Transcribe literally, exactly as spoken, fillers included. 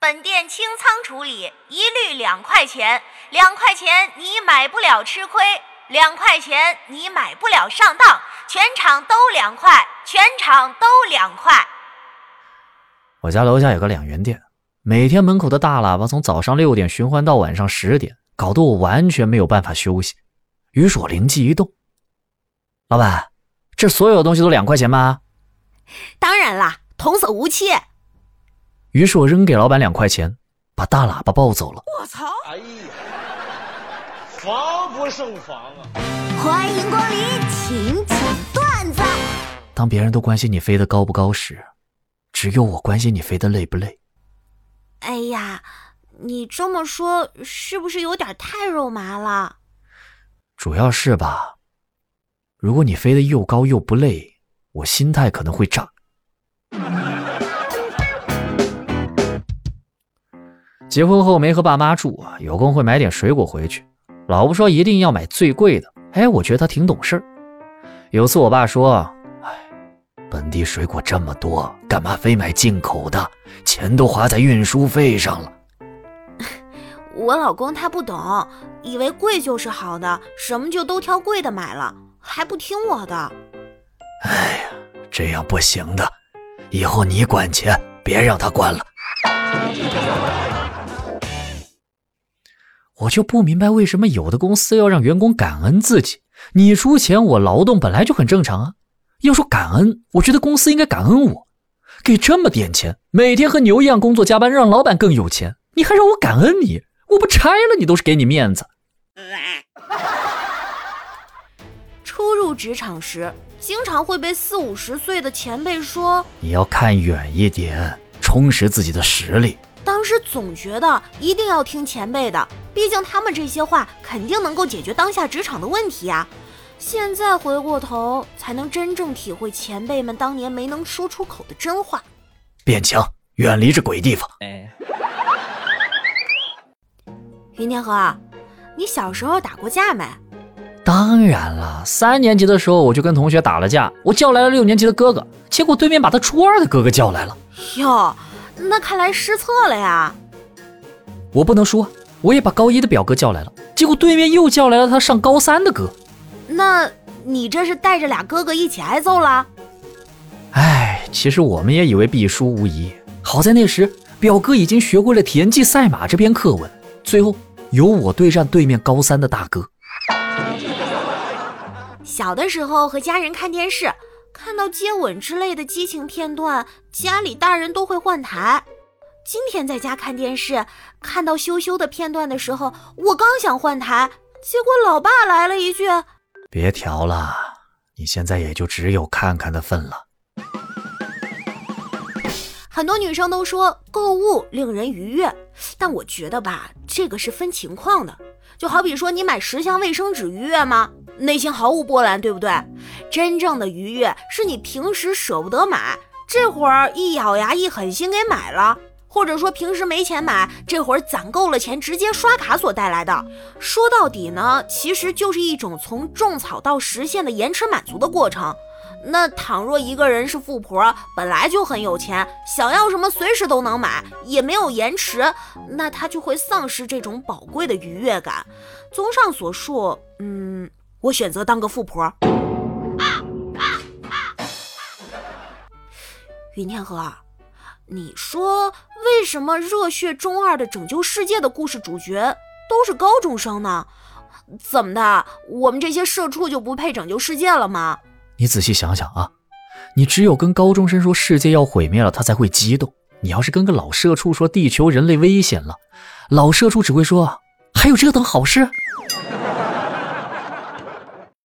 本店清仓处理，一律两块钱，两块钱你买不了吃亏，两块钱你买不了上当，全场都两块，全场都两块。 我家楼下有个两元店，每天门口的大喇叭从早上六点循环到晚上十点，搞得我完全没有办法休息。于是我灵机一动，老板，这所有东西都两块钱吗？ 当然啦，童叟无欺。 于是我扔给老板两块钱，把大喇叭抱走了。 我操！ 哎呀，防不胜防啊！ 欢迎光临请讲段子。 当别人都关心你飞得高不高时，只有我关心你飞得累不累。 哎呀，你这么说是不是有点太肉麻了？ 主要是吧，如果你飞得又高又不累，我心态可能会炸。结婚后没和爸妈住，有空会买点水果回去。老婆说一定要买最贵的，哎，我觉得他挺懂事儿。有次我爸说，哎，本地水果这么多，干嘛非买进口的？钱都花在运输费上了。 我老公他不懂，以为贵就是好的，什么就都挑贵的买了，还不听我的。 哎呀，这样不行的，以后你管钱，别让他管了。我就不明白为什么有的公司要让员工感恩自己。你出钱，我劳动本来就很正常啊。要说感恩，我觉得公司应该感恩我，给这么点钱，每天和牛一样工作加班，让老板更有钱，你还让我感恩你？我不拆了你都是给你面子。 初入职场时，经常会被四五十岁的前辈说， 你要看远一点，充实自己的实力。 当时总觉得一定要听前辈的，毕竟他们这些话肯定能够解决当下职场的问题啊。现在回过头，才能真正体会前辈们当年没能说出口的真话。 变强，远离这鬼地方。 哎， 云天河，你小时候打过架没？ 当然了，三年级的时候我就跟同学打了架，我叫来了六年级的哥哥，结果对面把他初二的哥哥叫来了。 哟，那看来失策了呀。 我不能说，我也把高一的表哥叫来了，结果对面又叫来了他上高三的哥。 那你这是带着俩哥哥一起挨揍了？ 哎，其实我们也以为必输无疑，好在那时表哥已经学会了田忌赛马这篇课文，最后由我对战对面高三的大哥。 小的时候和家人看电视，看到接吻之类的激情片段，家里大人都会换台。今天在家看电视，看到羞羞的片段的时候，我刚想换台，结果老爸来了一句， 别调了，你现在也就只有看看的份了。 很多女生都说购物令人愉悦，但我觉得吧，这个是分情况的。就好比说你买十箱卫生纸愉悦吗？内心毫无波澜，对不对？真正的愉悦是你平时舍不得买，这会儿一咬牙一狠心给买了，或者说平时没钱买，这会儿攒够了钱直接刷卡所带来的。说到底呢，其实就是一种从种草到实现的延迟满足的过程。那倘若一个人是富婆，本来就很有钱，想要什么随时都能买，也没有延迟，那他就会丧失这种宝贵的愉悦感。综上所述，嗯，我选择当个富婆。云天河，你说为什么热血中二的拯救世界的故事主角都是高中生呢？怎么的，我们这些社畜就不配拯救世界了吗？ 你仔细想想啊，你只有跟高中生说世界要毁灭了，他才会激动。你要是跟个老社畜说地球人类危险了，老社畜只会说还有这等好事。